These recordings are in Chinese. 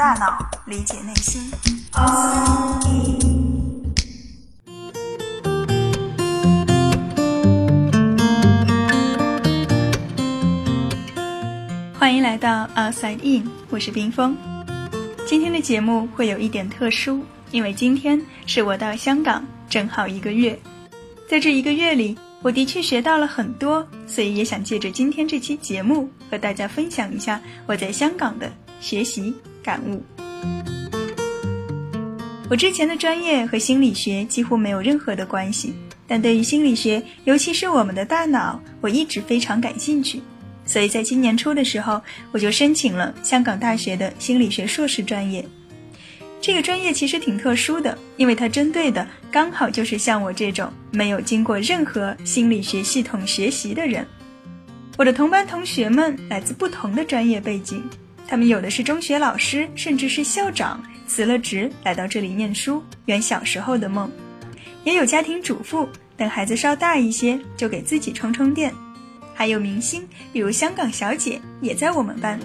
大脑，理解内心。欢迎来到 Outside In， 我是冰峰。今天的节目会有一点特殊，因为今天是我到香港正好1个月。在这1个月里，我的确学到了很多，所以也想借着今天这期节目和大家分享一下我在香港的学习感悟。我之前的专业和心理学几乎没有任何的关系，但对于心理学，尤其是我们的大脑，我一直非常感兴趣。所以在今年初的时候，我就申请了香港大学的心理学硕士专业。这个专业其实挺特殊的，因为它针对的刚好就是像我这种没有经过任何心理学系统学习的人。我的同班同学们来自不同的专业背景，他们有的是中学老师，甚至是校长，辞了职来到这里念书，圆小时候的梦。也有家庭主妇，等孩子稍大一些就给自己充充电。还有明星，比如香港小姐也在我们班。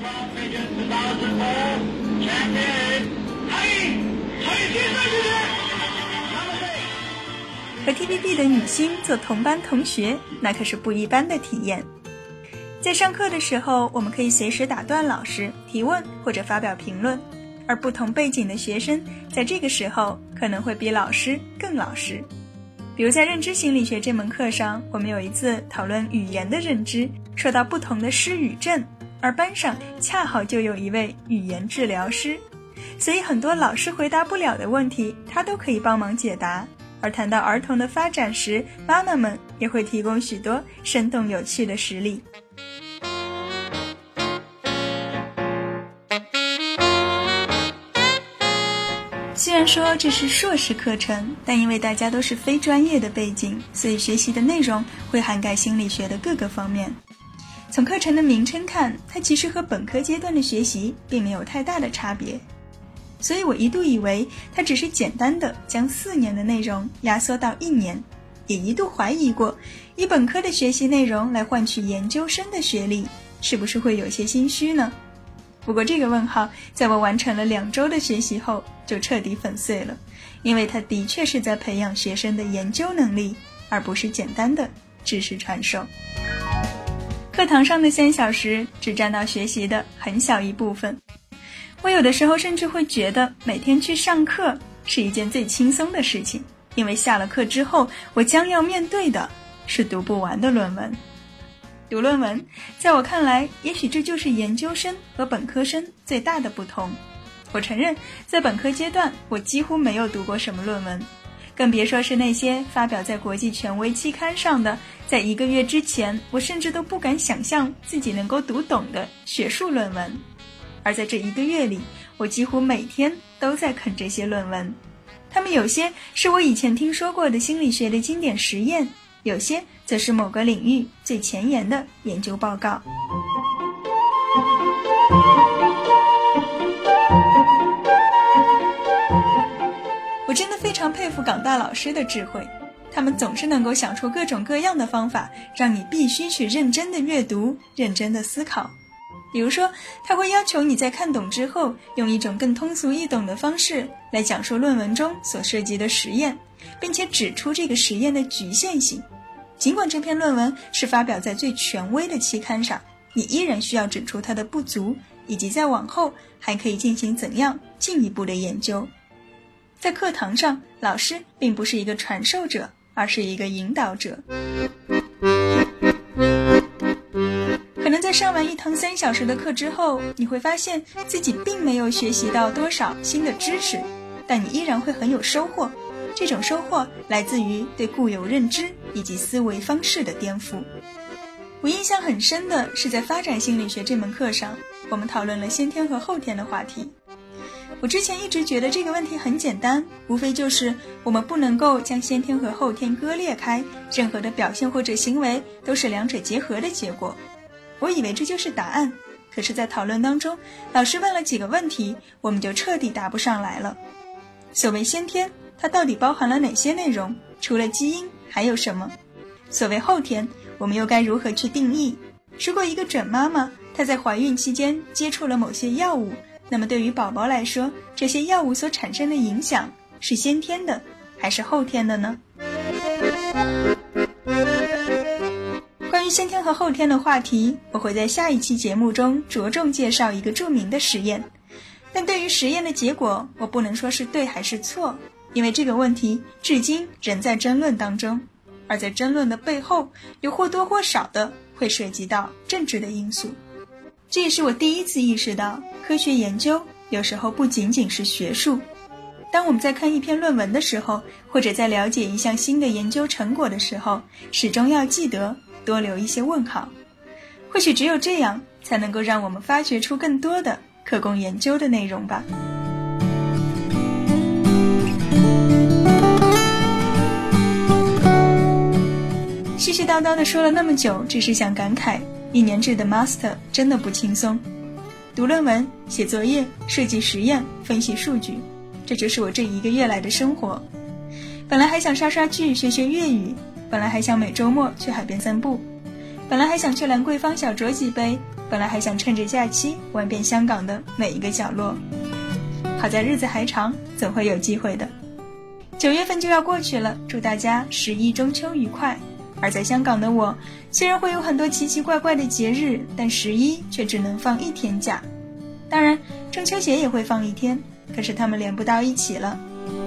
和 TVB 的女星做同班同学，那可是不一般的体验。在上课的时候，我们可以随时打断老师提问或者发表评论，而不同背景的学生在这个时候可能会比老师更老实。比如在认知心理学这门课上，我们有一次讨论语言的认知，说到不同的失语症，而班上恰好就有一位语言治疗师，所以很多老师回答不了的问题，他都可以帮忙解答。而谈到儿童的发展时，妈妈们也会提供许多生动有趣的实例。虽然说这是硕士课程，但因为大家都是非专业的背景，所以学习的内容会涵盖心理学的各个方面。从课程的名称看，它其实和本科阶段的学习并没有太大的差别。所以我一度以为它只是简单的将4年的内容压缩到1年，也一度怀疑过以本科的学习内容来换取研究生的学历，是不是会有些心虚呢？不过这个问号在我完成了2周的学习后就彻底粉碎了，因为它的确是在培养学生的研究能力，而不是简单的知识传授。课堂上的3小时只占到学习的很小一部分，我有的时候甚至会觉得每天去上课是一件最轻松的事情，因为下了课之后，我将要面对的是读不完的论文。读论文，在我看来，也许这就是研究生和本科生最大的不同。我承认，在本科阶段，我几乎没有读过什么论文，更别说是那些发表在国际权威期刊上的，在1个月之前，我甚至都不敢想象自己能够读懂的学术论文。而在这1个月里，我几乎每天都在啃这些论文。它们有些是我以前听说过的心理学的经典实验，有些则是某个领域最前沿的研究报告。我真的非常佩服港大老师的智慧，他们总是能够想出各种各样的方法，让你必须去认真的阅读，认真的思考。比如说，他会要求你在看懂之后，用一种更通俗易懂的方式来讲述论文中所涉及的实验，并且指出这个实验的局限性。尽管这篇论文是发表在最权威的期刊上，你依然需要指出它的不足，以及在往后还可以进行怎样进一步的研究。在课堂上，老师并不是一个传授者，而是一个引导者。可能在上完一堂3小时的课之后，你会发现自己并没有学习到多少新的知识，但你依然会很有收获。这种收获来自于对固有认知以及思维方式的颠覆。我印象很深的是在发展心理学这门课上，我们讨论了先天和后天的话题。我之前一直觉得这个问题很简单，无非就是我们不能够将先天和后天割裂开，任何的表现或者行为都是2者结合的结果。我以为这就是答案，可是在讨论当中，老师问了几个问题，我们就彻底答不上来了。所谓先天，它到底包含了哪些内容？除了基因还有什么？所谓后天，我们又该如何去定义？如果一个准妈妈她在怀孕期间接触了某些药物， 那么对于宝宝来说，这些药物所产生的影响是先天的还是后天的呢？关于先天和后天的话题，我会在下一期节目中着重介绍一个著名的实验。但对于实验的结果，我不能说是对还是错，因为这个问题至今仍在争论当中，而在争论的背后，有或多或少的会涉及到政治的因素。这也是我第一次意识到，科学研究有时候不仅仅是学术。当我们在看一篇论文的时候，或者在了解一项新的研究成果的时候，始终要记得多留一些问号。或许只有这样，才能够让我们发掘出更多的可供研究的内容吧。絮絮叨叨地说了那么久，只是想感慨，1年制的 Master 真的不轻松。读论文、写作业、设计实验、分析数据，这就是我这1个月来的生活。本来还想刷刷剧、学学粤语，本来还想每周末去海边散步，本来还想去兰桂坊小酌几杯，本来还想趁着假期玩遍香港的每一个角落。好在日子还长，总会有机会的。9月份就要过去了，祝大家11中秋愉快。而在香港的我，虽然会有很多奇奇怪怪的节日，但11却只能放1天假。当然，中秋节也会放1天，可是他们连不到一起了。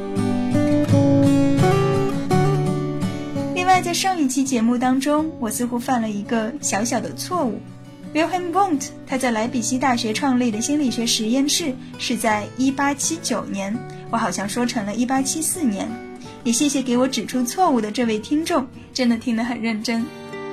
另外，在上一期节目当中，我似乎犯了一个小小的错误。Wilhelm Wundt 他在莱比锡大学创立的心理学实验室是在1879年，我好像说成了1874年。也谢谢给我指出错误的这位听众，真的听得很认真。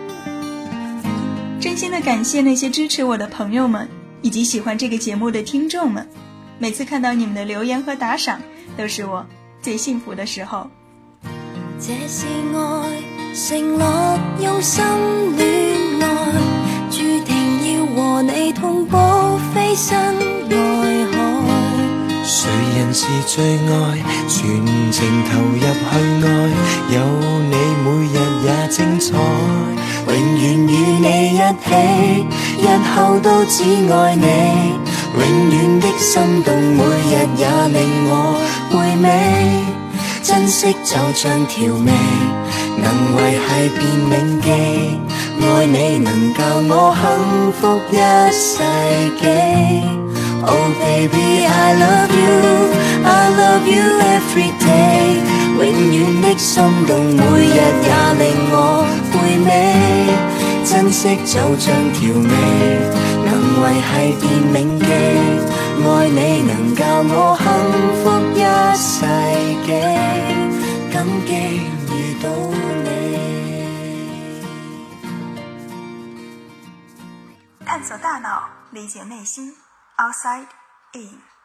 真心的感谢那些支持我的朋友们，以及喜欢这个节目的听众们。每次看到你们的留言和打赏，都是我最幸福的时候。 這是愛，承諾用心戀愛，注定要和你同步飛身愛海。誰人是最愛，全情投入去愛，有你每日也精彩，永遠與你一起，日後都只愛你，永遠的心動每日也令我回味，珍惜就像調味，能維繫便銘記，愛你能教我幸福一世紀。Oh baby, I love you every day， 永遠的心動每日也令我回味，珍惜就像調味，能維繫便銘記，愛你能教我幸福一世紀，感激遇到你。 探索大腦，理解內心。Outside in。